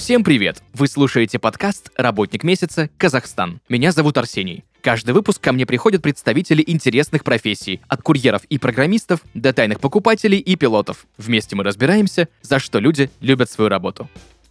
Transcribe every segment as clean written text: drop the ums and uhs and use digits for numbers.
Всем привет! Вы слушаете подкаст «Работник месяца. Казахстан». Меня зовут Арсений. Каждый выпуск ко мне приходят представители интересных профессий, от курьеров и программистов до тайных покупателей и пилотов. Вместе мы разбираемся, за что люди любят свою работу.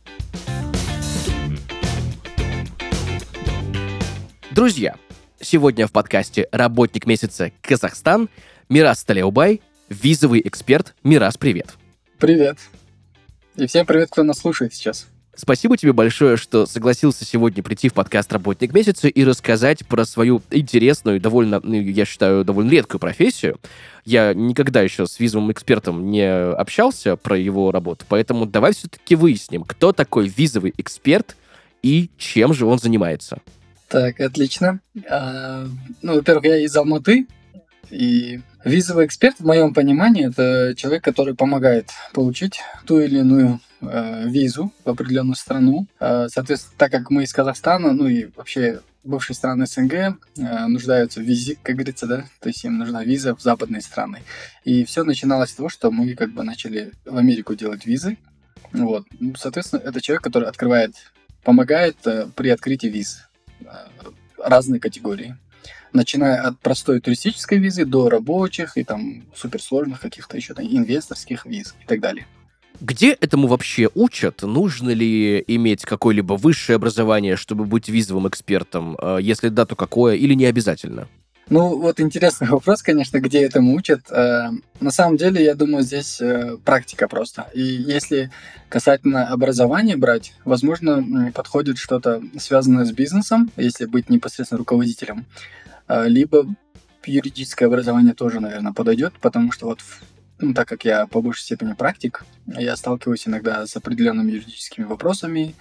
Друзья, сегодня в подкасте «Работник месяца. Казахстан» Мирас Талеубай, визовый эксперт. Мирас, привет! Привет! И всем привет, кто нас слушает сейчас. Спасибо тебе большое, что согласился сегодня прийти в подкаст «Работник месяца» и рассказать про свою интересную, я считаю, довольно редкую профессию. Я никогда еще с визовым экспертом не общался про его работу, поэтому давай все-таки выясним, кто такой визовый эксперт и чем же он занимается. Так, отлично. Во-первых, я из Алматы, и визовый эксперт, в моем понимании, это человек, который помогает получить ту или иную визу в определенную страну. Соответственно, так как мы из Казахстана, и вообще бывшие страны СНГ нуждаются в визе, как говорится, да, то есть им нужна виза в западные страны. И все начиналось с того, что мы начали в Америку делать визы. Вот. Соответственно, это человек, который помогает при открытии виз разной категории. Начиная от простой туристической визы до рабочих и суперсложных каких-то еще инвесторских виз и так далее. Где этому вообще учат? Нужно ли иметь какое-либо высшее образование, чтобы быть визовым экспертом? Если да, то какое? Или не обязательно? Интересный вопрос, конечно, где этому учат. На самом деле, я думаю, здесь практика просто. И если касательно образования брать, возможно, подходит что-то связанное с бизнесом, если быть непосредственно руководителем. Либо юридическое образование тоже, наверное, подойдет, потому что так как я по большей степени практик, я сталкиваюсь иногда с определенными юридическими вопросами,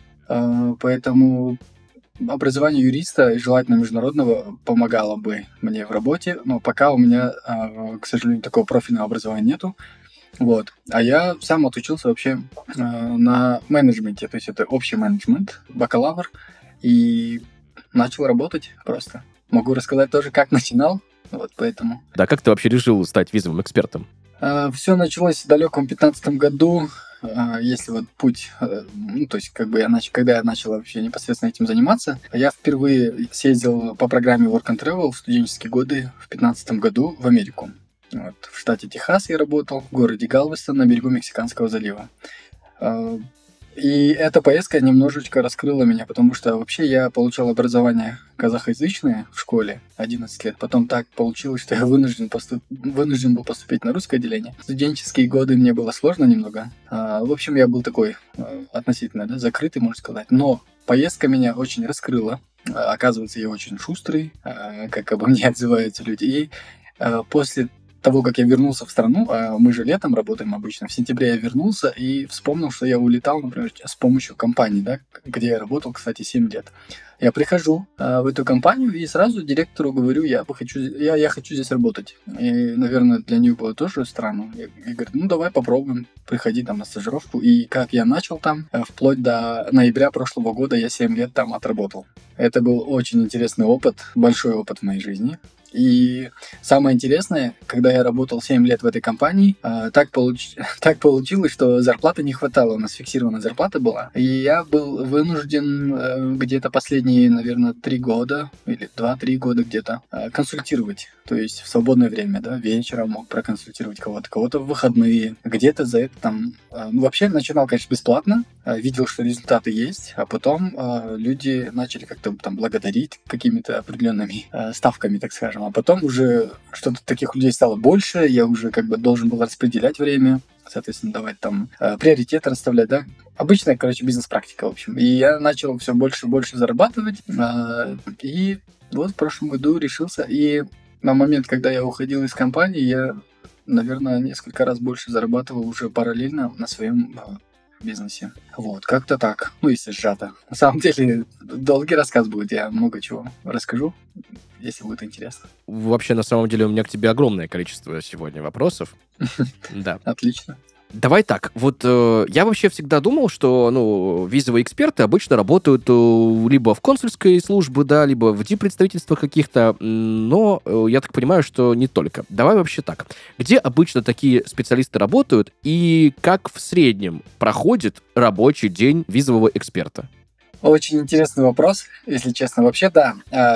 поэтому образование юриста, и желательно международного, помогало бы мне в работе, но пока у меня, к сожалению, такого профильного образования нету. А я сам отучился вообще на менеджменте, то есть это общий менеджмент, бакалавр, и начал работать просто. Могу рассказать тоже, как начинал, поэтому. Да, как ты вообще решил стать визовым экспертом? Все началось в далеком 2015 году, если путь, когда я начал вообще непосредственно этим заниматься. Я впервые съездил по программе Work and Travel в студенческие годы в 2015 году в Америку. В штате Техас я работал, в городе Галвестон на берегу Мексиканского залива. И эта поездка немножечко раскрыла меня, потому что вообще я получал образование казахоязычное в школе 11 лет. Потом так получилось, что я вынужден был поступить на русское отделение. В студенческие годы мне было сложно немного. В общем, я был такой относительно закрытый, можно сказать. Но поездка меня очень раскрыла. Оказывается, я очень шустрый, как обо мне отзываются люди. И после того, как я вернулся в страну, мы же летом работаем обычно, в сентябре я вернулся и вспомнил, что я улетал, например, с помощью компании, где я работал, кстати, 7 лет. Я прихожу в эту компанию и сразу директору говорю, я хочу здесь работать. И, наверное, для нее было тоже странно. Я говорю, давай попробуем, приходи на стажировку. И как я начал там, вплоть до ноября прошлого года я 7 лет там отработал. Это был очень интересный опыт, большой опыт в моей жизни. И самое интересное, когда я работал 7 лет в этой компании, так получилось, что зарплаты не хватало, у нас фиксированная зарплата была. И я был вынужден где-то последние, наверное, 3 года или 2-3 года где-то консультировать. То есть в свободное время, вечером мог проконсультировать кого-то в выходные. Где-то за это вообще начинал, конечно, бесплатно, видел, что результаты есть, а потом люди начали как-то благодарить какими-то определенными ставками, так скажем. А потом уже что-то таких людей стало больше, я уже должен был распределять время, соответственно, давать приоритеты расставлять, Обычная, бизнес-практика, в общем. И я начал все больше и больше зарабатывать, и в прошлом году решился, и на момент, когда я уходил из компании, я, наверное, несколько раз больше зарабатывал уже параллельно на своем бизнесе. Как-то так. Если сжато. На самом деле, долгий рассказ будет, я много чего расскажу, если будет интересно. Вообще, на самом деле, у меня к тебе огромное количество сегодня вопросов. Да. Отлично. Давай так, вот я вообще всегда думал, что, визовые эксперты обычно работают либо в консульской службе, да, либо в диппредставительствах каких-то, но я так понимаю, что не только. Давай вообще так. Где обычно такие специалисты работают и как в среднем проходит рабочий день визового эксперта? Очень интересный вопрос, если честно. Вообще, да,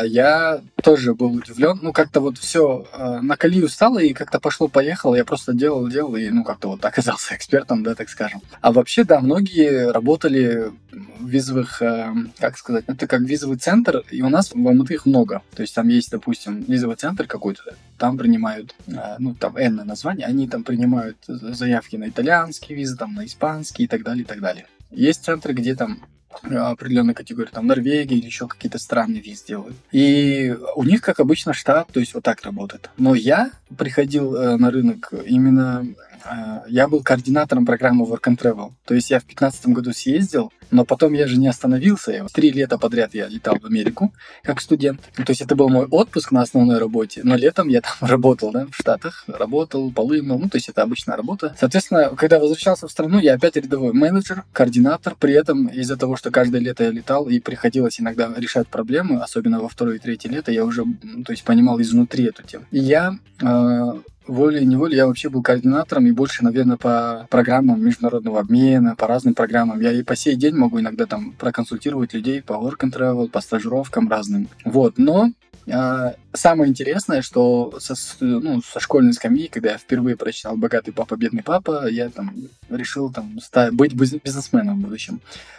я тоже был удивлен. Как-то вот все на колею стало, и как-то пошло-поехало. Я просто делал, и, как-то вот оказался экспертом, да, так скажем. А вообще, да, многие работали в визовых, как сказать, это как визовый центр, и у нас в Алматы их много. То есть там есть, допустим, визовый центр какой-то, там принимают, там энное название, они там принимают заявки на итальянские визы, там на испанские и так далее, и так далее. Есть центры, где там определенной категории, там Норвегия или еще какие-то страны виз делают. И у них, как обычно, штат, то есть вот так работает. Но я приходил на рынок именно... Я был координатором программы Work and Travel. То есть я в 2015 году съездил, но потом я же не остановился. 3 лета подряд я летал в Америку как студент. То есть это был мой отпуск на основной работе, но летом я там работал, да, в Штатах, работал, полы мыл, то есть это обычная работа. Соответственно, когда возвращался в страну, я опять рядовой менеджер, координатор. При этом из-за того, что каждое лето я летал и приходилось иногда решать проблемы, особенно во второе и третье лето, я уже, понимал изнутри эту тему. И я волей-неволей я вообще был координатором и больше, наверное, по программам международного обмена, по разным программам. Я и по сей день могу иногда там проконсультировать людей по work and travel, по стажировкам разным. Вот, но самое интересное, что со школьной скамьи, когда я впервые прочитал «Богатый папа, бедный папа», я там решил быть бизнесменом в будущем.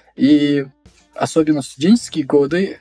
И особенно в студенческие годы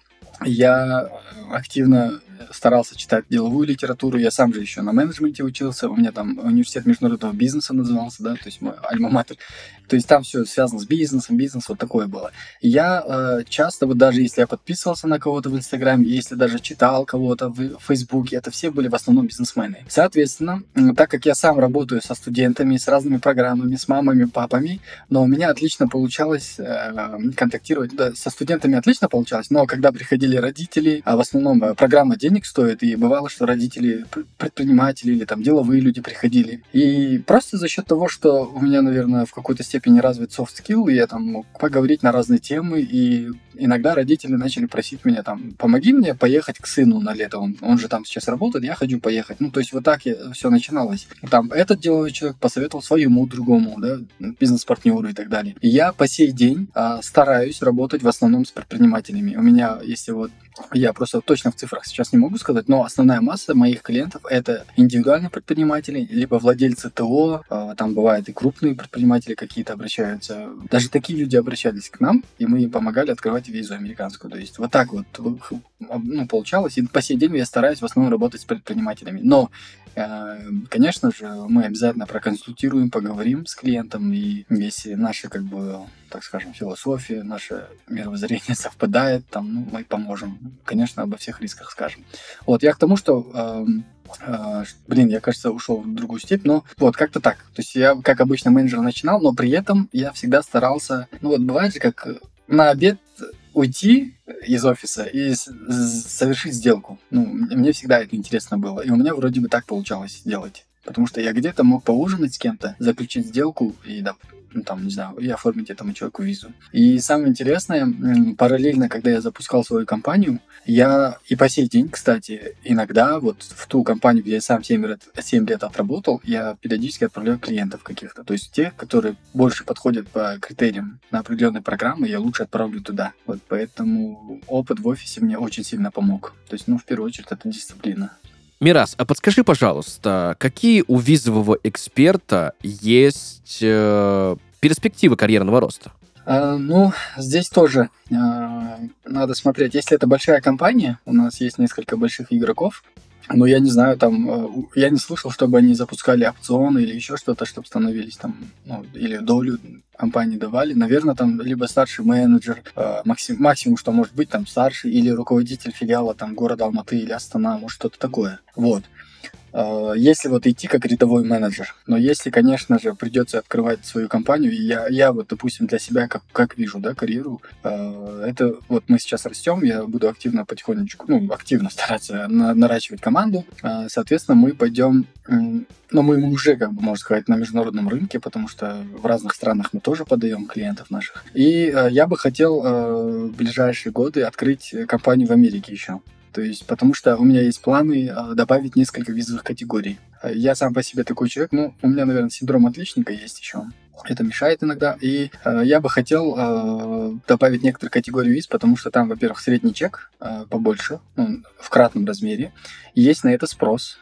я активно старался читать деловую литературу. Я сам же еще на менеджменте учился. У меня там университет международного бизнеса назывался, да, то есть мой альма-матер. То есть там все связано с бизнесом, бизнес вот такое было. И я часто, вот даже если я подписывался на кого-то в Инстаграме, если даже читал кого-то в Фейсбуке, это все были в основном бизнесмены. Соответственно, так как я сам работаю со студентами, с разными программами, с мамами, папами, но у меня отлично получалось контактировать, да, со студентами отлично получалось, но когда приходили родители, а в основном программа денег стоит, и бывало, что родители, предприниматели или там деловые люди приходили. И просто за счет того, что у меня, наверное, в какой-то степени развит soft skill, и я там мог поговорить на разные темы, и иногда родители начали просить меня там, помоги мне поехать к сыну на лето, он же там сейчас работает, я хочу поехать. То есть вот так все начиналось. Там этот деловой человек посоветовал своему другому, да, бизнес-партнеру и так далее. И я по сей день стараюсь работать в основном с предпринимателями. У меня, если вот я просто точно в цифрах сейчас не могу сказать, но основная масса моих клиентов — это индивидуальные предприниматели, либо владельцы ТО, там бывают и крупные предприниматели какие-то обращаются. Даже такие люди обращались к нам, и мы им помогали открывать визу американскую. То есть вот так вот получалось, и по сей день я стараюсь в основном работать с предпринимателями. Но конечно же, мы обязательно проконсультируем, поговорим с клиентом, и если наши, так скажем, философия, наше мировоззрение совпадает, мы поможем. Конечно, обо всех рисках скажем. Вот, я к тому, что я, кажется, ушел в другую степь, но вот как-то так. То есть я, как обычно, менеджер начинал, но при этом я всегда старался, бывает же, как на обед уйти из офиса и совершить сделку. Мне всегда это интересно было. И у меня вроде бы так получалось делать. Потому что я где-то мог поужинать с кем-то, заключить сделку и, и оформить этому человеку визу. И самое интересное, параллельно, когда я запускал свою компанию, я и по сей день, кстати, иногда вот в ту компанию, где я сам 7 лет отработал, я периодически отправляю клиентов каких-то. То есть тех, которые больше подходят по критериям на определенные программы, я лучше отправлю туда. Вот поэтому опыт в офисе мне очень сильно помог. То есть, в первую очередь, это дисциплина. Мирас, а подскажи, пожалуйста, какие у визового эксперта есть перспективы карьерного роста? Здесь тоже надо смотреть. Если это большая компания, у нас есть несколько больших игроков, но я не знаю, я не слышал, чтобы они запускали опционы или еще что-то, чтобы становились или долю компании давали. Наверное, либо старший менеджер, максимум, что может быть, старший, или руководитель филиала города Алматы или Астана, может, что-то такое. Вот. Если вот идти как рядовой менеджер. Но если, конечно же, придется открывать свою компанию, и я вот, допустим, для себя как вижу, да, карьеру, это вот мы сейчас растем, я буду активно потихонечку, активно стараться наращивать команду. Соответственно, мы пойдем, но мы уже, как бы, можно сказать, на международном рынке, потому что в разных странах мы тоже подаем клиентов наших. И я бы хотел в ближайшие годы открыть компанию в Америке еще. То есть, потому что у меня есть планы добавить несколько визовых категорий. Я сам по себе такой человек, у меня, наверное, синдром отличника есть еще. Это мешает иногда. И я бы хотел добавить некоторые категории виз, потому что там, во-первых, средний чек побольше, в кратном размере. И есть на это спрос.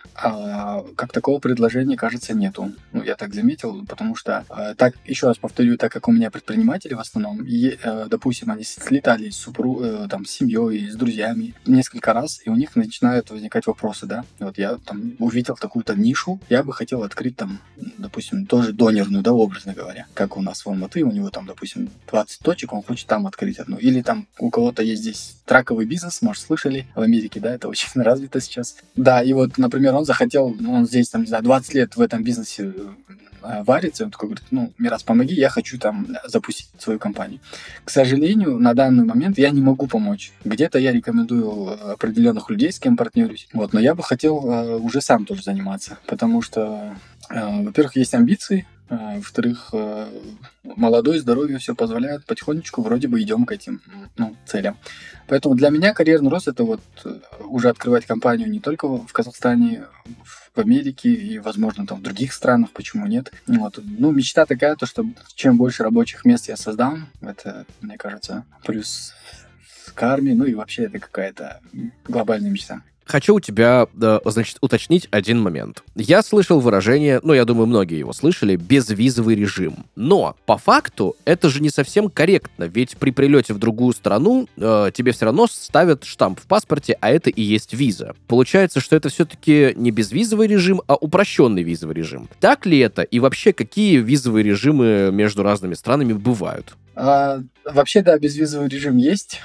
Как такого предложения, кажется, нету. Я так заметил, потому что, так, еще раз повторю, так как у меня предприниматели в основном, и, допустим, они слетали с семьей, с друзьями несколько раз, и у них начинают возникать вопросы, да. Вот я там увидел такую-то нишу, я бы хотел открыть там, допустим, тоже донерную, да, образно говоря. Как у нас в Алматы, у него там, допустим, 20 точек, он хочет там открыть одну. Или там у кого-то есть здесь траковый бизнес, может, слышали, в Америке, да, это очень развито сейчас. Да, и вот, например, он захотел, он здесь, там, не знаю, 20 лет в этом бизнесе варится, он такой говорит, Мирас, помоги, я хочу там запустить свою компанию. К сожалению, на данный момент я не могу помочь. Где-то я рекомендую определенных людей, с кем партнерюсь, вот, но я бы хотел уже сам тоже заниматься, потому что, во-первых, есть амбиции, во-вторых, молодое здоровье все позволяет, потихонечку вроде бы идем к этим целям. Поэтому для меня карьерный рост — это вот уже открывать компанию не только в Казахстане, в Америке и, возможно, там в других странах, почему нет. Вот. Мечта такая, то, что чем больше рабочих мест я создам, это, мне кажется, плюс к армии, и вообще это какая-то глобальная мечта. Хочу у тебя, уточнить один момент. Я слышал выражение, я думаю, многие его слышали, безвизовый режим. Но, по факту, это же не совсем корректно, ведь при прилете в другую страну тебе все равно ставят штамп в паспорте, а это и есть виза. Получается, что это все-таки не безвизовый режим, а упрощенный визовый режим. Так ли это? И вообще, какие визовые режимы между разными странами бывают? Вообще, да, безвизовый режим есть.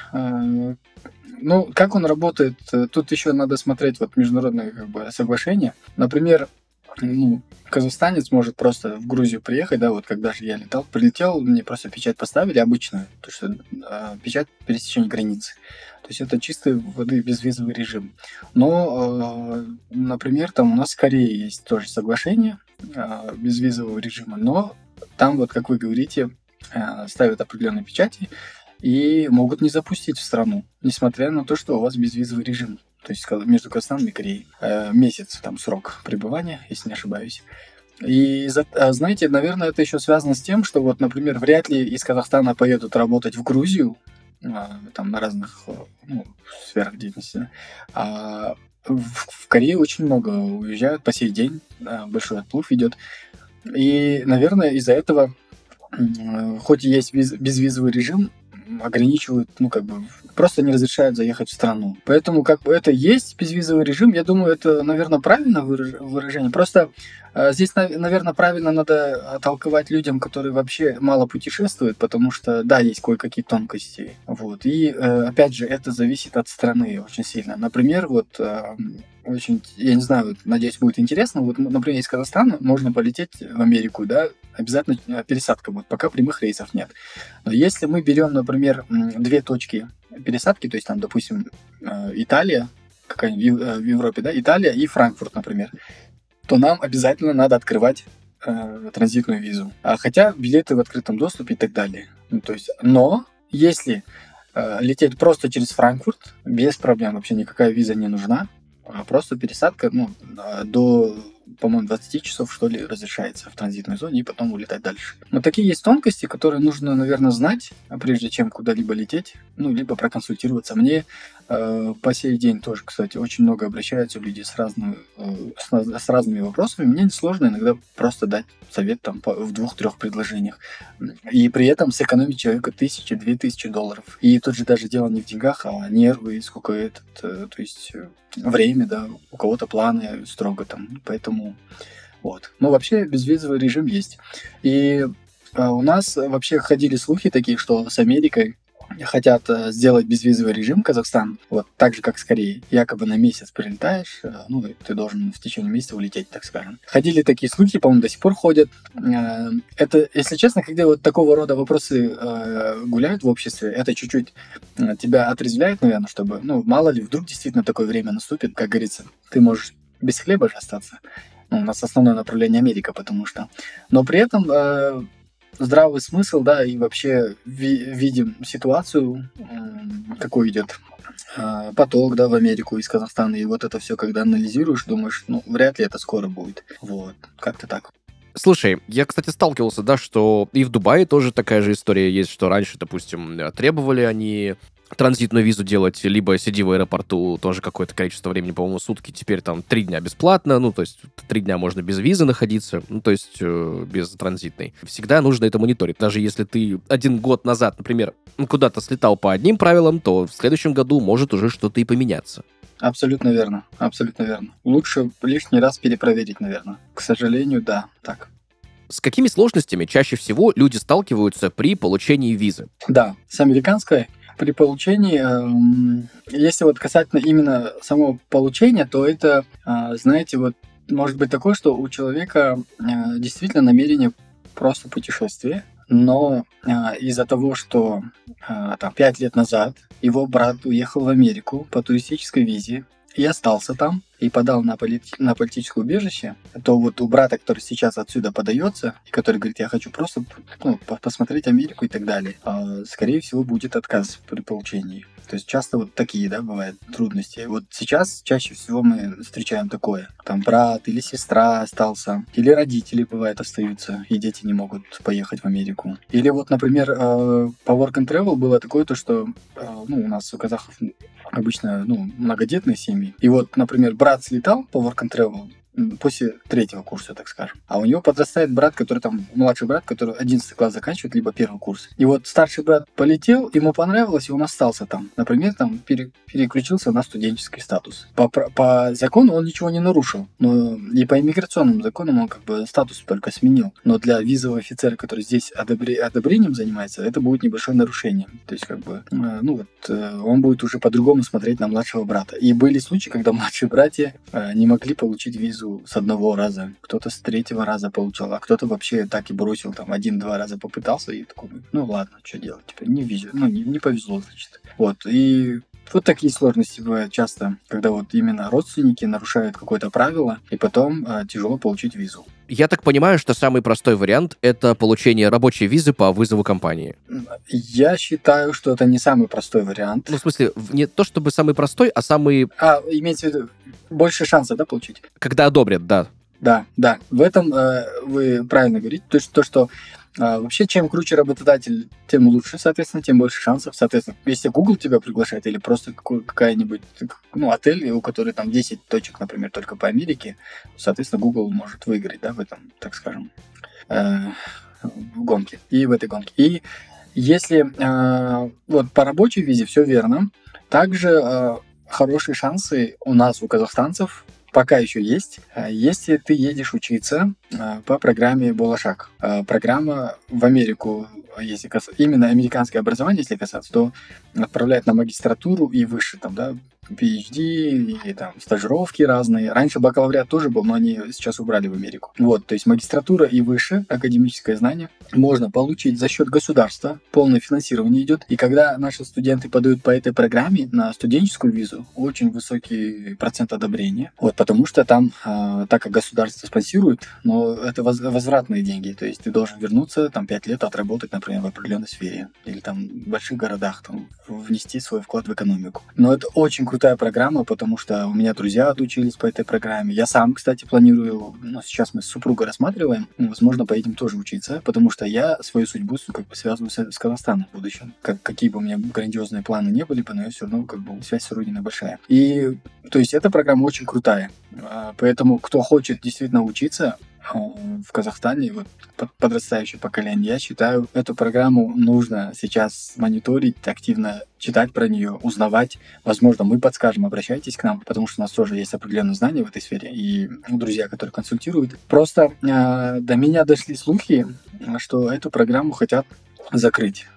Как он работает, тут еще надо смотреть международные соглашения. Например, казахстанец может просто в Грузию приехать, да, вот когда же я летал, прилетел, мне просто печать поставили обычную, то что печать пересечения границы. То есть это чистой воды безвизовый режим. Но, например, там у нас в Корее есть тоже соглашение безвизового режима, но там, как вы говорите, ставят определенные печати, и могут не запустить в страну, несмотря на то, что у вас безвизовый режим. То есть между Казахстаном и Кореей. Месяц там срок пребывания, если не ошибаюсь. И, знаете, наверное, это еще связано с тем, что например, вряд ли из Казахстана поедут работать в Грузию, там на разных сферах деятельности. А в Корее очень много уезжают по сей день, большой отплыв идет. И, наверное, из-за этого, хоть и есть безвизовый режим, ограничивают, просто не разрешают заехать в страну. Поэтому это есть безвизовый режим. Я думаю, это, наверное, правильное выражение. Просто здесь, наверное, правильно надо толковать людям, которые вообще мало путешествуют, потому что, да, есть кое-какие тонкости. Вот. И, опять же, это зависит от страны очень сильно. Например, я не знаю, надеюсь, будет интересно. Например, из Казахстана можно полететь в Америку, да, обязательно пересадка будет, пока прямых рейсов нет. Но если мы берем, например, две точки пересадки, то есть там, допустим, Италия, какая-нибудь в Европе, да, Италия и Франкфурт, например, то нам обязательно надо открывать транзитную визу. Хотя билеты в открытом доступе и так далее. Но если лететь просто через Франкфурт, без проблем, вообще никакая виза не нужна, просто пересадка, до, по-моему, 20 часов, что ли, разрешается в транзитной зоне, и потом улетать дальше. Но такие есть тонкости, которые нужно, наверное, знать, прежде чем куда-либо лететь, либо проконсультироваться. Мне по сей день тоже, кстати, очень много обращаются люди с разными вопросами. Мне несложно иногда просто дать совет там в 2-3 предложениях. И при этом сэкономить человека $1000-2000. И тут же даже дело не в деньгах, а нервы, сколько то есть время, да, у кого-то планы строго там. Поэтому вот. Но вообще безвизовый режим есть. И у нас вообще ходили слухи такие, что с Америкой хотят сделать безвизовый режим Казахстан, вот так же, как с Кореей. Якобы на месяц прилетаешь, ну, и ты должен в течение месяца улететь, так скажем. Ходили такие слухи, по-моему, до сих пор ходят. Это, если честно, когда вот такого рода вопросы гуляют в обществе, это чуть-чуть тебя отрезвляет, наверное, чтобы, ну, мало ли, вдруг действительно такое время наступит, как говорится, ты можешь без хлеба же остаться. Ну, у нас основное направление Америка, потому что. Но при этом здравый смысл, да, и вообще видим ситуацию, какой идет поток, да, в Америку из Казахстана, и вот это все, когда анализируешь, думаешь, ну, вряд ли это скоро будет. Вот, как-то так. Слушай, я, кстати, сталкивался, да, что и в Дубае тоже такая же история есть, что раньше, допустим, требовали они транзитную визу делать, либо сиди в аэропорту тоже какое-то количество времени, по-моему, сутки, теперь там 3 дня бесплатно, ну, то есть 3 дня можно без визы находиться, ну, то есть без транзитной. Всегда нужно это мониторить. Даже если ты 1 год назад, например, куда-то слетал по одним правилам, то в следующем году может уже что-то и поменяться. Абсолютно верно, абсолютно верно. Лучше лишний раз перепроверить, наверное. К сожалению, да, так. С какими сложностями чаще всего люди сталкиваются при получении визы? Да, с американской при получении, если вот касательно именно самого получения, то это, знаете, вот может быть такое, что у человека действительно намерение просто путешествия, но из-за того, что там 5 лет назад его брат уехал в Америку по туристической визе и остался там, и подал на политическое убежище, то вот у брата, который сейчас отсюда подается, и который говорит, я хочу просто посмотреть Америку и так далее, скорее всего, будет отказ при получении. То есть часто вот такие, да, бывают трудности. Вот сейчас чаще всего мы встречаем такое. Там брат или сестра остался, или родители, бывает, остаются, и дети не могут поехать в Америку. Или вот, например, по Work and Travel было такое, то, что у нас у казахов обычно многодетные семьи. И вот, например, брат слетал по Work and Travel после 3-го курса, так скажем. А у него подрастает брат, который там, младший брат, который 11 класс заканчивает, либо 1-й курс. И вот старший брат полетел, ему понравилось, и он остался там. Например, там переключился на студенческий статус. По закону он ничего не нарушил. Но и по иммиграционным законам он как бы статус только сменил. Но для визового офицера, который здесь одобрением занимается, это будет небольшое нарушение. То есть как бы, он будет уже по-другому смотреть на младшего брата. И были случаи, когда младшие братья не могли получить визу с 1 раза, кто-то с 3-го раза получил, а кто-то вообще так и бросил, там 1-2 раза попытался и такой, ну ладно, что делать, теперь не повезло, значит. Вот, и вот такие сложности бывают часто, когда вот именно родственники нарушают какое-то правило, и потом тяжело получить визу. Я так понимаю, что самый простой вариант — это получение рабочей визы по вызову компании. Я считаю, что это не самый простой вариант. Ну, в смысле, не то чтобы самый простой, а самый... Имеется в виду, больше шансов, да, получить? Когда одобрят, да. Да. В этом вы правильно говорите. То есть то, что вообще, чем круче работодатель, тем лучше, соответственно, тем больше шансов. Соответственно, если Google тебя приглашает или просто какая-нибудь, отель, у которой там 10 точек, например, только по Америке, соответственно, Google может выиграть, да, в этом, так скажем, гонке. И в этой гонке. И если вот по рабочей визе все верно, также хорошие шансы у нас, у казахстанцев, пока еще есть, если ты едешь учиться по программе «Болашак». Программа в Америку, если именно американское образование, если касаться, то отправляют на магистратуру и выше, там, да, PhD и там стажировки разные. Раньше бакалавриат тоже был, но они сейчас убрали в Америку. Вот, то есть магистратура и выше, академическое знание, можно получить за счет государства, полное финансирование идет. И когда наши студенты подают по этой программе на студенческую визу, очень высокий процент одобрения. Вот, потому что там, так как государство спонсирует, но это возвратные деньги. То есть ты должен вернуться, там 5 лет отработать, например, в определенной сфере. Или там в больших городах, там, внести свой вклад в экономику. Но это очень крутая программа, потому что у меня друзья отучились по этой программе. Я сам, кстати, планирую, сейчас мы с супругой рассматриваем, возможно, поедем тоже учиться, потому что я свою судьбу как бы связываю с Казахстаном в будущем. Какие бы у меня грандиозные планы не были бы, но я все равно как бы связь с родиной большая. И, то есть, эта программа очень крутая. Поэтому, кто хочет действительно учиться в Казахстане, вот подрастающее поколение, я считаю, эту программу нужно сейчас мониторить, активно читать про нее, узнавать. Возможно, мы подскажем, обращайтесь к нам, потому что у нас тоже есть определенные знания в этой сфере, и друзья, которые консультируют. Просто до меня дошли слухи, что эту программу хотят закрыть.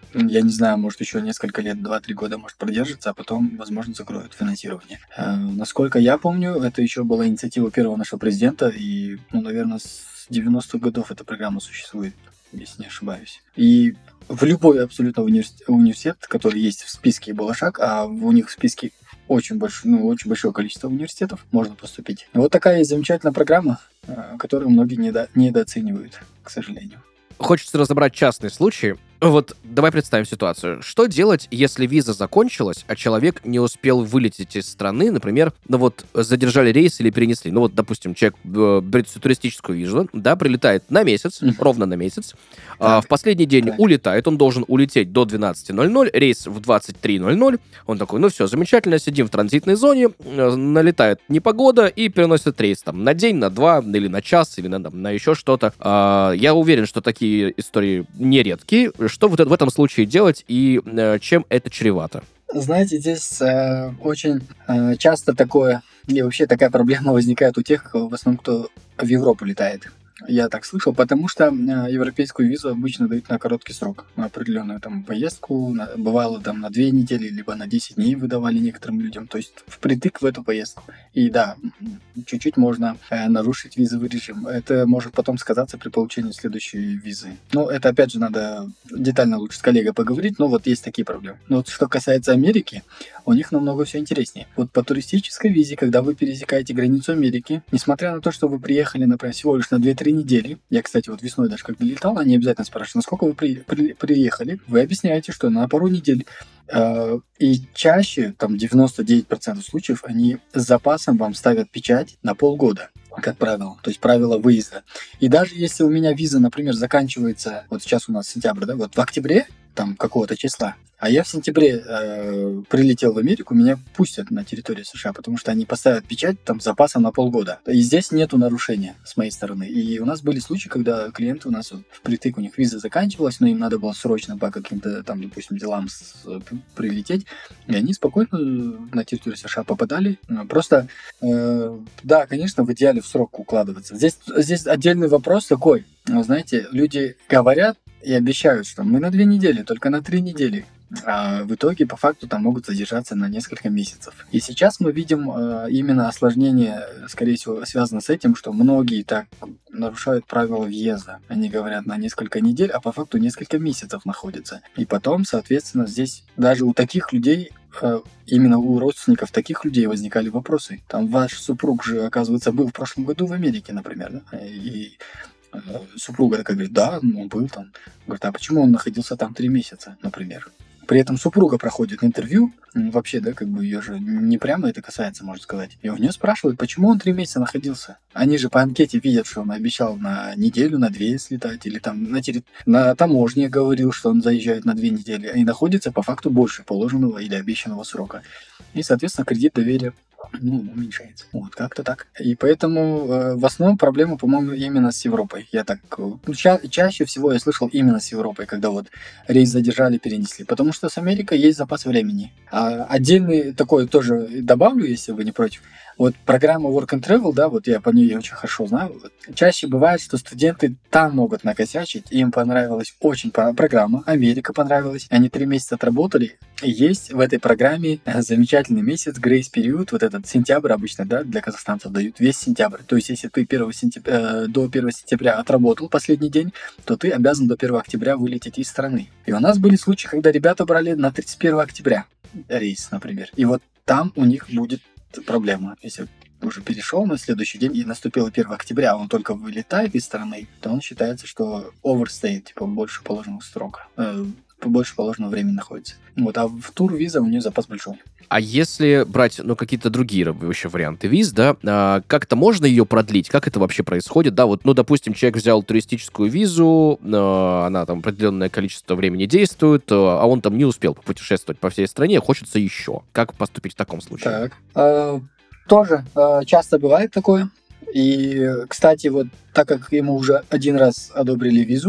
Я не знаю, может, еще несколько лет, 2-3 года, может, продержится, а потом, возможно, закроют финансирование. Насколько я помню, это еще была инициатива первого нашего президента, и, наверное, с 90-х годов эта программа существует, если не ошибаюсь. И в любой абсолютно университет, который есть в списке Балашак, а у них в списке очень большое количество университетов, можно поступить. Вот такая есть замечательная программа, которую многие недооценивают, к сожалению. Хочется разобрать частный случай. Вот давай представим ситуацию. Что делать, если виза закончилась, а человек не успел вылететь из страны, например, задержали рейс или перенесли. Допустим, человек берет туристическую визу, да, прилетает на месяц, ровно на месяц, в последний день улетает, он должен улететь до 12:00, рейс в 23:00, он такой, все, замечательно, сидим в транзитной зоне, налетает непогода и переносит рейс на день, на 2, или на час, или на еще что-то. Я уверен, что такие истории нередкие. Что в этом случае делать и чем это чревато? Знаете, здесь очень часто такое, и вообще такая проблема возникает у тех, в основном, кто в Европу летает. Я так слышал, потому что европейскую визу обычно дают на короткий срок, на определенную поездку, бывало на 2 недели, либо на 10 дней выдавали некоторым людям, то есть впритык в эту поездку. И да, чуть-чуть можно нарушить визовый режим. Это может потом сказаться при получении следующей визы. Это опять же надо детально лучше с коллегой поговорить, но есть такие проблемы. Но что касается Америки, у них намного все интереснее. По туристической визе, когда вы пересекаете границу Америки, несмотря на то, что вы приехали, например, всего лишь на 2-3 недели, я, кстати, весной даже когда летал, они обязательно спрашивают, насколько вы приехали, вы объясняете, что на пару недель. И чаще, 99% случаев, они с запасом вам ставят печать на полгода, как правило, то есть правило выезда. И даже если у меня виза, например, заканчивается, сейчас у нас сентябрь, да, в октябре, какого-то числа, а я в сентябре прилетел в Америку, меня пустят на территорию США, потому что они поставят печать с запасом на полгода. И здесь нету нарушения с моей стороны. И у нас были случаи, когда клиенты у нас впритык, у них виза заканчивалась, но им надо было срочно по каким-то допустим, делам прилететь, и они спокойно на территорию США попадали. Просто, да, конечно, в идеале в срок укладываться. Здесь отдельный вопрос такой. Знаете, люди говорят и обещают, что мы на 2 недели, только на 3 недели. А в итоге, по факту, могут задержаться на несколько месяцев. И сейчас мы видим именно осложнение, скорее всего, связано с этим, что многие так нарушают правила въезда. Они говорят на несколько недель, а по факту несколько месяцев находятся. И потом, соответственно, здесь даже у таких людей, именно у родственников таких людей возникали вопросы. Ваш супруг же, оказывается, был в прошлом году в Америке, например, да? И супруга такая говорит, да, он был там. Говорит, а почему он находился там 3 месяца, например? При этом супруга проходит интервью, вообще, да, ее же не прямо это касается, можно сказать. И у нее спрашивают, почему он 3 месяца находился. Они же по анкете видят, что он обещал на неделю, на 2 слетать, или на таможне говорил, что он заезжает на 2 недели, и находится по факту больше положенного или обещанного срока. И, соответственно, кредит доверия уменьшается. Как-то так. И поэтому в основном проблема, по-моему, именно с Европой. Я так... чаще всего я слышал именно с Европой, когда рейс задержали, перенесли. Потому что с Америкой есть запас времени. Отдельный такой тоже добавлю, если вы не против. Программа Work and Travel, да, я по ней очень хорошо знаю. Чаще бывает, что студенты там могут накосячить, им понравилась очень программа, Америка понравилась, они 3 месяца отработали. И есть в этой программе замечательный месяц, грейс-период, этот сентябрь обычно, да, для казахстанцев дают весь сентябрь. То есть, если ты до 1 сентября отработал последний день, то ты обязан до 1 октября вылететь из страны. И у нас были случаи, когда ребята брали на 31 октября рейс, например. И там у них будет проблема. Если уже перешел на следующий день и наступило 1 октября, а он только вылетает из страны, то он считается, что overstay, больше положенного срока, больше положенного времени находится. А в тур-виза у нее запас большой. А если брать, какие-то другие вообще варианты виз, да, как-то можно ее продлить? Как это вообще происходит? Да, допустим, человек взял туристическую визу, она определенное количество времени действует, а он не успел путешествовать по всей стране, хочется еще. Как поступить в таком случае? Так, тоже часто бывает такое. И, кстати, так как ему уже один раз одобрили визу,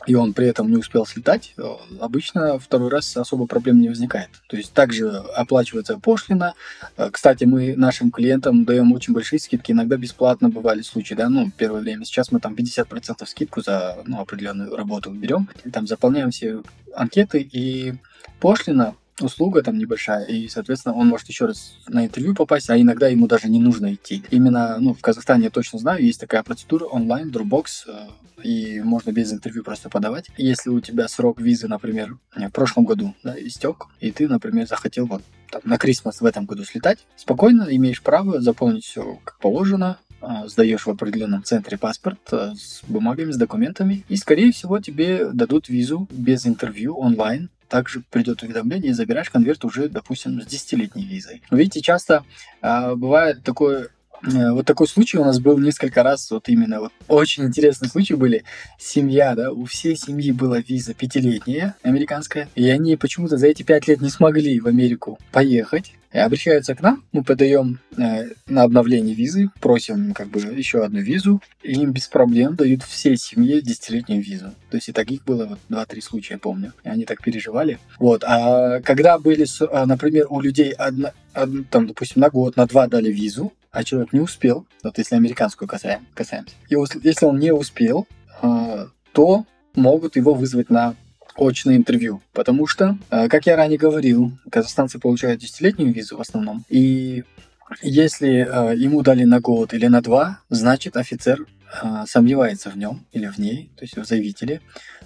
и он при этом не успел слетать, обычно второй раз особо проблем не возникает. То есть также оплачивается пошлина. Кстати, мы нашим клиентам даем очень большие скидки, иногда бесплатно бывали случаи, да, первое время. Сейчас мы там 50% скидку за определенную работу берем, и там заполняем все анкеты, и пошлина, услуга там небольшая, и, соответственно, он может еще раз на интервью попасть, а иногда ему даже не нужно идти. Именно, в Казахстане я точно знаю, есть такая процедура онлайн, Dropbox, и можно без интервью просто подавать. Если у тебя срок визы, например, в прошлом году, да, истек, и ты, например, захотел на Крисмас в этом году слетать, спокойно имеешь право заполнить все как положено, сдаешь в определенном центре паспорт с бумагами, с документами, и, скорее всего, тебе дадут визу без интервью онлайн. Также придет уведомление, и забираешь конверт уже, допустим, с 10-летней визой. Видите, часто бывает такой случай у нас был несколько раз, очень интересные случаи были. Семья, да, у всей семьи была виза 5-летняя, американская, и они почему-то за эти 5 лет не смогли в Америку поехать. И обращаются к нам, мы подаем на обновление визы, просим еще одну визу, и им без проблем дают всей семье 10-летнюю визу. То есть и таких было 2-3 случая, помню. И они так переживали. А когда были, например, у людей допустим, на год, на 2 дали визу, а человек не успел, если американскую касаемся, и если он не успел, то могут его вызвать на очное интервью, потому что, как я ранее говорил, казахстанцы получают 10-летнюю визу в основном, и если ему дали на год или на 2, значит офицер сомневается в нем или в ней, то есть в заявителе,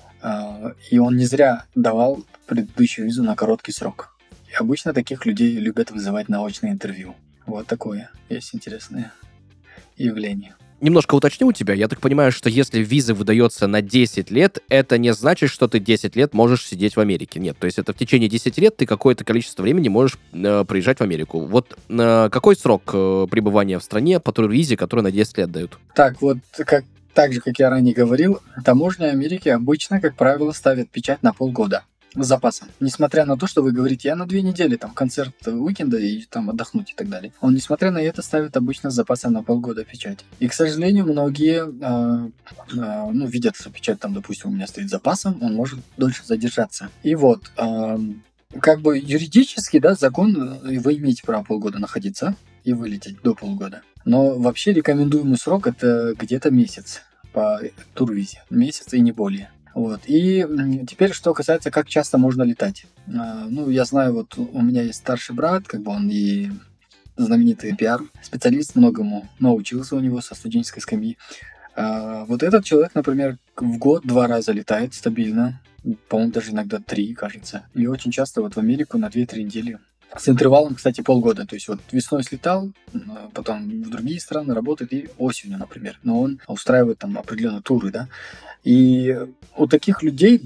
и он не зря давал предыдущую визу на короткий срок. И обычно таких людей любят вызывать на очное интервью. Вот такое есть интересное явление. Немножко уточню у тебя. Я так понимаю, что если виза выдается на 10 лет, это не значит, что ты 10 лет можешь сидеть в Америке. Нет, то есть это в течение 10 лет ты какое-то количество времени можешь приезжать в Америку. Вот какой срок пребывания в стране по той визе, которую на 10 лет дают? Так же, как я ранее говорил, таможня Америки обычно, как правило, ставит печать на полгода с запасом. Несмотря на то, что вы говорите, я на 2 недели, концерт уикенда и отдохнуть и так далее. Он, несмотря на это, ставит обычно с запасом на полгода печать. И, к сожалению, многие видят, что печать допустим, у меня стоит с запасом, он может дольше задержаться. И юридически, да, закон, вы имеете право полгода находиться и вылететь до полгода. Но вообще рекомендуемый срок это где-то месяц по турвизе. Месяц и не более. И теперь, что касается, как часто можно летать. Я знаю, у меня есть старший брат, он и знаменитый пиар-специалист, многому научился у него со студенческой скамьи. Этот человек, например, в год 2 раза летает стабильно, по-моему, даже иногда 3, кажется. И очень часто в Америку на 2-3 недели. С интервалом, кстати, полгода. То есть весной слетал, потом в другие страны работает, и осенью, например. Но он устраивает определенные туры, да. И у таких людей,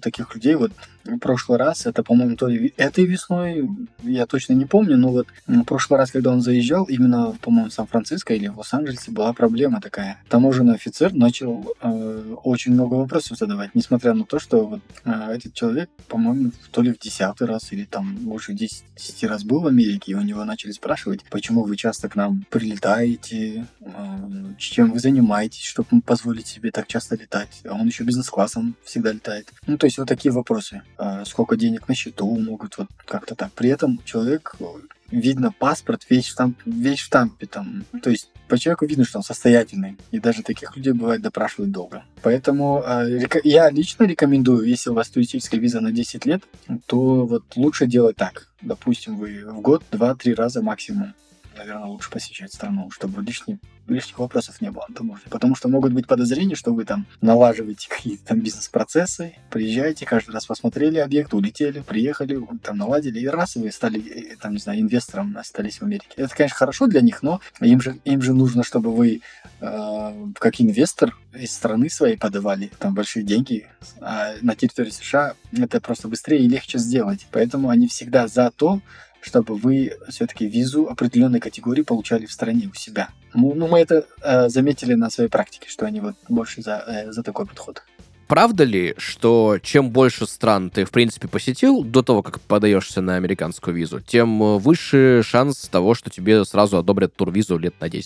в прошлый раз, это, по-моему, то ли этой весной, я точно не помню, но в прошлый раз, когда он заезжал, именно, по-моему, в Сан-Франциско или в Лос-Анджелесе была проблема такая. Таможенный офицер начал очень много вопросов задавать, несмотря на то, что этот человек, по-моему, то ли в 10-й раз или больше 10 раз был в Америке, и у него начали спрашивать, почему вы часто к нам прилетаете, чем вы занимаетесь, чтобы позволить себе так часто летать. А он еще бизнес-классом всегда летает. То есть такие вопросы. Сколько денег на счету могут, как-то так. При этом человек, видно паспорт, весь в штампе там. То есть по человеку видно, что он состоятельный. И даже таких людей бывает допрашивают долго. Поэтому я лично рекомендую, если у вас туристическая виза на 10 лет, то лучше делать так. Допустим, вы в год 2-3 раза максимум, наверное, лучше посещать страну, чтобы лишних вопросов не было на таможне. Потому что могут быть подозрения, что вы налаживаете какие-то бизнес-процессы, приезжаете, каждый раз посмотрели объект, улетели, приехали, наладили, и раз вы стали, инвестором остались в Америке. Это, конечно, хорошо для них, но им же нужно, чтобы вы как инвестор из страны своей подавали большие деньги, а на территории США это просто быстрее и легче сделать. Поэтому они всегда за то, чтобы вы все-таки визу определенной категории получали в стране у себя. Мы это заметили на своей практике, что они больше за такой подход. Правда ли, что чем больше стран ты, в принципе, посетил до того, как подаешься на американскую визу, тем выше шанс того, что тебе сразу одобрят турвизу лет на 10?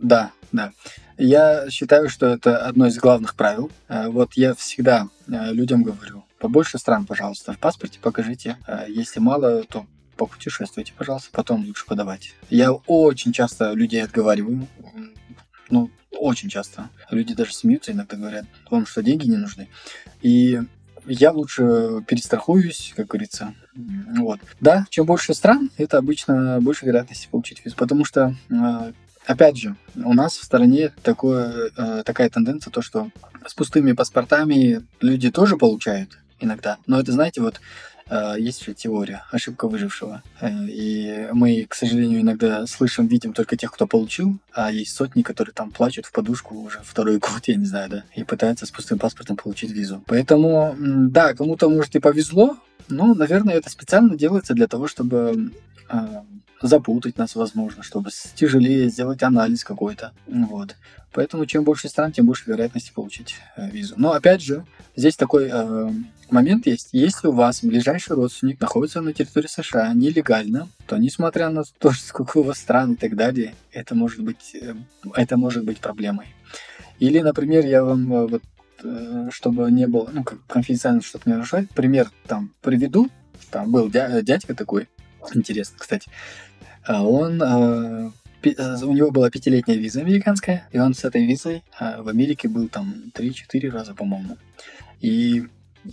Да, да. Я считаю, что это одно из главных правил. Вот я всегда людям говорю, побольше стран, пожалуйста, в паспорте покажите. Если мало, то попутешествуйте, пожалуйста, потом лучше подавать. Я очень часто людей отговариваю, ну, очень часто. Люди даже смеются, иногда говорят, вам что, деньги не нужны? И я лучше перестрахуюсь, как говорится. Вот. Да, чем больше стран, это обычно больше вероятности получить визу, потому что опять же, у нас в стране такая тенденция, то, что с пустыми паспортами люди тоже получают иногда. Но это, знаете, вот есть же теория ошибка выжившего. И мы, к сожалению, иногда слышим, видим только тех, кто получил, а есть сотни, которые там плачут в подушку уже второй год, я не знаю, да, и пытаются с пустым паспортом получить визу. Поэтому, да, кому-то, может, и повезло, но, наверное, это специально делается для того, чтобы запутать нас, возможно, чтобы тяжелее сделать анализ какой-то. Вот. Поэтому чем больше стран, тем больше вероятности получить визу. Но опять же, здесь такой момент есть. Если у вас ближайший родственник находится на территории США нелегально, то несмотря на то, сколько у вас стран и так далее, это может быть проблемой. Или, например, я вам чтобы не было, как конфиденциально, чтобы не нарушать, пример там приведу. Там был дядька такой, интересно, кстати. У него была 5-летняя виза американская, и он с этой визой в Америке был там 3-4 раза, по-моему. И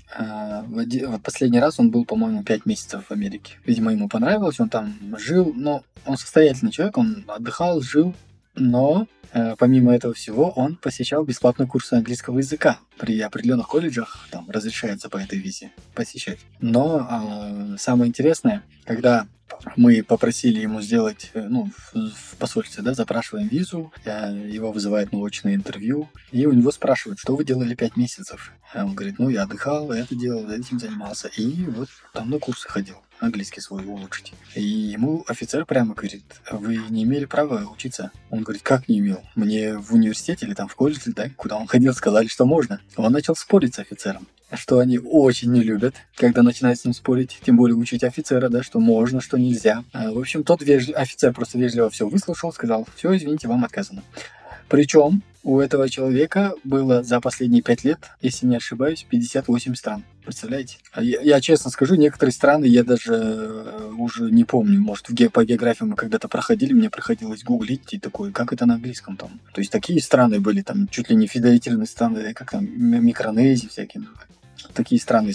вот последний раз он был, по-моему, 5 месяцев в Америке. Видимо, ему понравилось, он там жил, но он состоятельный человек, он отдыхал, жил, но помимо этого всего он посещал бесплатные курсы английского языка. При определенных колледжах там разрешается по этой визе посещать. Но самое интересное, когда мы попросили ему сделать, в посольстве, да, запрашиваем визу, его вызывают на очное интервью, и у него спрашивают, что вы делали 5 месяцев? Он говорит, я отдыхал, это делал, этим занимался, и вот там на курсы ходил, английский свой улучшить. И ему офицер прямо говорит, вы не имели права учиться? Он говорит, как не имел? Мне в университете или там в колледже, да, куда он ходил, сказали, что можно. Он начал спорить с офицером, что они очень не любят, когда начинают с ним спорить, тем более учить офицера, да, что можно, что нельзя. В общем, офицер просто вежливо все выслушал, сказал, все, извините, вам отказано. Причем у этого человека было за последние 5 лет, если не ошибаюсь, 58 стран. Представляете? Я честно скажу, некоторые страны я даже уже не помню. Может, по географии мы когда-то проходили, мне приходилось гуглить и такое, как это на английском там. То есть такие страны были, там чуть ли не федеративные страны, как там Микронезия всякие. Такие страны.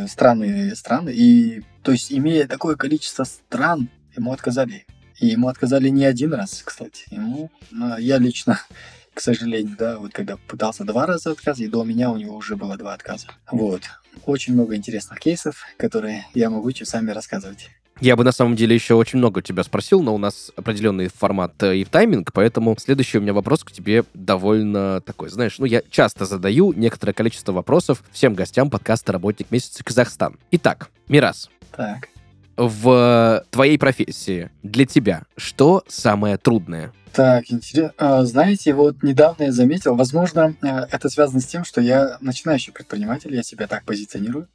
И, то есть, имея такое количество стран, ему отказали. И ему отказали не один раз, кстати. Я лично, к сожалению, да, вот когда пытался 2 раза отказ, и до меня у него уже было 2 отказа. Вот. Очень много интересных кейсов, которые я могу часами рассказывать. Я бы на самом деле еще очень много тебя спросил, но у нас определенный формат и тайминг, поэтому следующий у меня вопрос к тебе довольно такой. Знаешь, я часто задаю некоторое количество вопросов всем гостям подкаста «Работник месяца Казахстан». Итак, Мирас. Так. В твоей профессии для тебя что самое трудное? Так, интересно. Знаете, вот недавно я заметил, возможно, это связано с тем, что я начинающий предприниматель, я себя так позиционирую.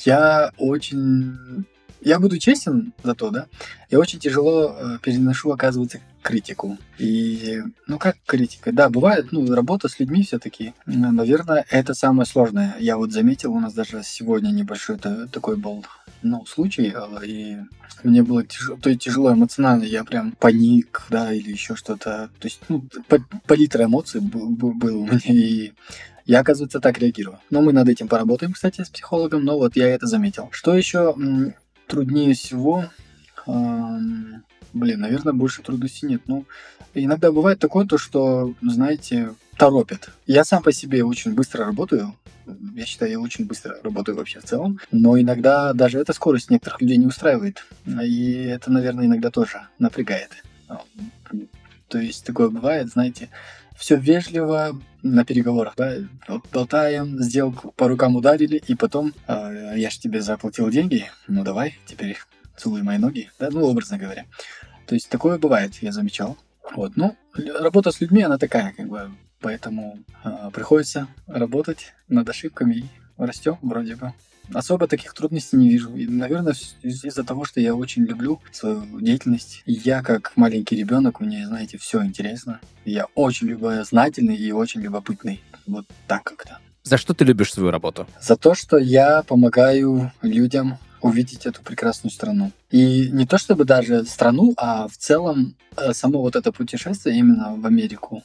Я буду честен зато, да, я очень тяжело переношу, оказывается, критику. И, как критика? Да, бывает, работа с людьми все-таки, наверное, это самое сложное. Я вот заметил, у нас даже сегодня небольшой такой был, случай, и мне было тяжело эмоционально, я прям паник, да, или еще что-то. То есть, палитра эмоций был у меня, и я, оказывается, так реагирую. Но мы над этим поработаем, кстати, с психологом, но вот я это заметил. Что еще труднее всего? Наверное, больше трудностей нет. Иногда бывает такое, то, что, знаете, торопят. Я сам по себе очень быстро работаю. Я считаю, я очень быстро работаю вообще в целом. Но иногда даже эта скорость некоторых людей не устраивает. И это, наверное, иногда тоже напрягает. То есть такое бывает, знаете, все вежливо на переговорах, да, вот болтаем, сделку по рукам ударили, и потом я ж тебе заплатил деньги, давай, теперь целуй мои ноги, да, образно говоря. То есть такое бывает, я замечал. Вот, работа с людьми, она такая, поэтому приходится работать над ошибками и растем вроде бы. особо таких трудностей не вижу. И, наверное, из-за того, что я очень люблю свою деятельность. Я как маленький ребенок, мне, знаете, все интересно. Я очень любознательный и очень любопытный. Вот так как-то. За что ты любишь свою работу? За то, что я помогаю людям увидеть эту прекрасную страну. И не то чтобы даже страну, а в целом само вот это путешествие именно в Америку,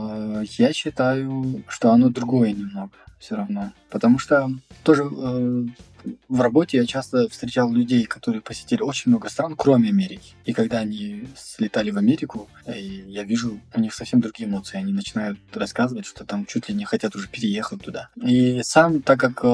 я считаю, что оно другое немного все равно. Потому что тоже в работе я часто встречал людей, которые посетили очень много стран, кроме Америки. И когда они слетали в Америку, я вижу у них совсем другие эмоции. Они начинают рассказывать, что там чуть ли не хотят уже переехать туда. И сам, так как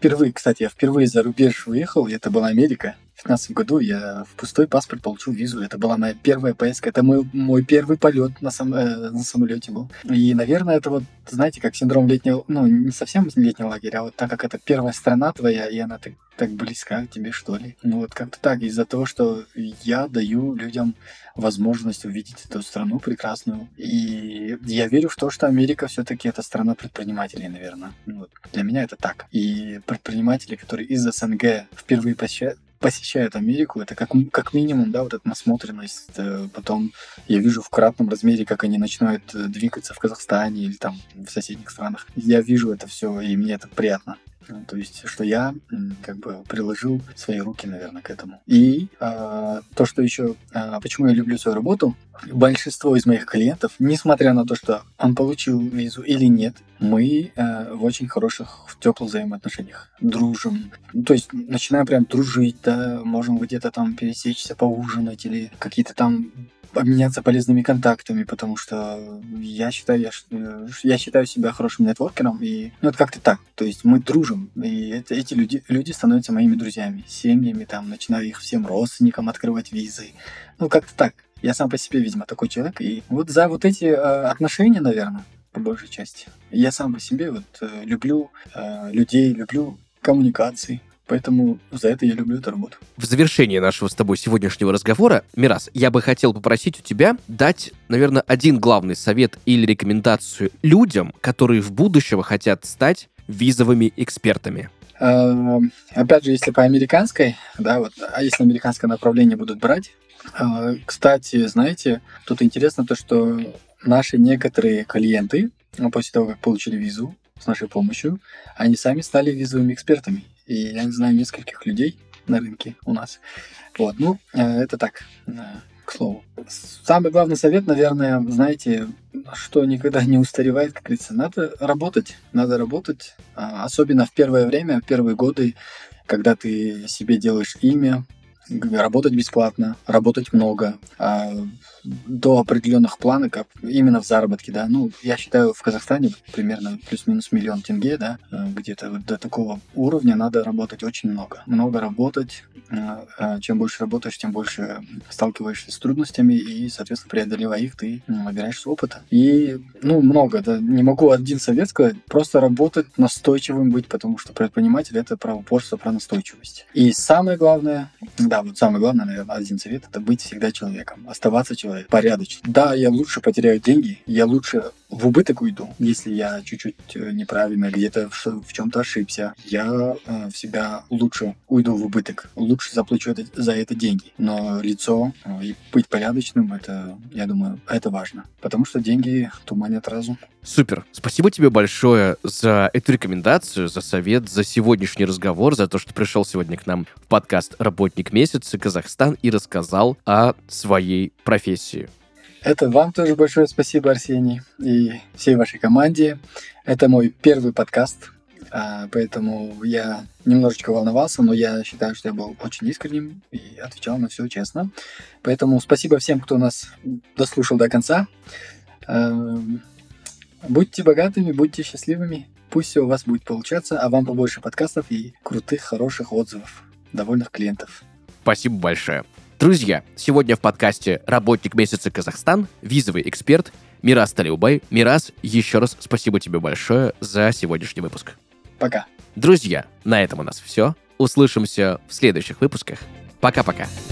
я впервые за рубеж выехал, и это была Америка, в 2015 году я в пустой паспорт получил визу. Это была моя первая поездка. Это мой первый полет на самолете был. И, наверное, это вот, знаете, как синдром летнего... Ну, не совсем летнего лагеря, а вот так как это первая страна твоя, и она так близка к тебе, что ли. Ну, вот как-то так. Из-за того, что я даю людям возможность увидеть эту страну прекрасную. И я верю в то, что Америка все-таки это страна предпринимателей, наверное. Вот. Для меня это так. И предприниматели, которые из СНГ впервые посещают Америку, это как минимум, да, вот эта насмотренность. Потом я вижу в кратном размере, как они начинают двигаться в Казахстане или там в соседних странах. Я вижу это все, и мне это приятно. То есть, что я как бы приложил свои руки, наверное, к этому. И то, что еще, почему я люблю свою работу, большинство из моих клиентов, несмотря на то, что он получил визу или нет, мы в очень хороших, в теплых взаимоотношениях дружим. То есть, начинаем прям дружить, да, можем где-то там пересечься, поужинать или какие-то там обменяться полезными контактами, потому что я считаю себя хорошим нетворкером, и вот как-то так. То есть мы дружим, и эти люди становятся моими друзьями, семьями, там, начинаю их всем родственникам открывать визы. Ну, как-то так. Я сам по себе, видимо, такой человек, и вот за вот эти отношения, наверное, по большей части, я сам по себе вот люблю людей, люблю коммуникации. Поэтому за это я люблю эту работу. В завершении нашего с тобой сегодняшнего разговора, Мирас, я бы хотел попросить у тебя дать, наверное, один главный совет или рекомендацию людям, которые в будущем хотят стать визовыми экспертами. Опять же, если по американской, да, вот, а если американское направление будут брать, кстати, знаете, тут интересно то, что наши некоторые клиенты, после того, как получили визу с нашей помощью, они сами стали визовыми экспертами. И я не знаю нескольких людей на рынке у нас. Вот, ну, это так, к слову. Самый главный совет, наверное, знаете, что никогда не устаревает, как говорится, надо работать, особенно в первое время, в первые годы, когда ты себе делаешь имя, работать бесплатно, работать много, до определенных планок, именно в заработке, да. Ну, я считаю, в Казахстане примерно плюс-минус 1 миллион тенге, да, где-то вот до такого уровня надо работать очень много. Много работать. Чем больше работаешь, тем больше сталкиваешься с трудностями, и, соответственно, преодолевая их, ты набираешься опыта. И, много, да, не могу один совет сказать, просто работать, настойчивым быть, потому что предприниматель — это про упорство, про настойчивость. И самое главное, наверное, один совет — это быть всегда человеком, оставаться человеком, порядочным. Да, я лучше потеряю деньги, я лучше в убыток уйду, если я чуть-чуть неправильно где-то в чем-то ошибся. Я всегда лучше уйду в убыток, лучше заплачу за это деньги. Но лицо и быть порядочным, это, я думаю, это важно. Потому что деньги туманят разум. Супер. Спасибо тебе большое за эту рекомендацию, за совет, за сегодняшний разговор, за то, что пришел сегодня к нам в подкаст «Работник месяца. Казахстан» и рассказал о своей профессии. Это вам тоже большое спасибо, Арсений, и всей вашей команде. Это мой первый подкаст, поэтому я немножечко волновался, но я считаю, что я был очень искренним и отвечал на все честно. Поэтому спасибо всем, кто нас дослушал до конца. Будьте богатыми, будьте счастливыми. Пусть все у вас будет получаться, а вам побольше подкастов и крутых, хороших отзывов, довольных клиентов. Спасибо большое. Друзья, сегодня в подкасте «Работник месяца Казахстан» визовый эксперт Мирас Талиубай. Мирас, еще раз спасибо тебе большое за сегодняшний выпуск. Пока. Друзья, на этом у нас все. Услышимся в следующих выпусках. Пока-пока.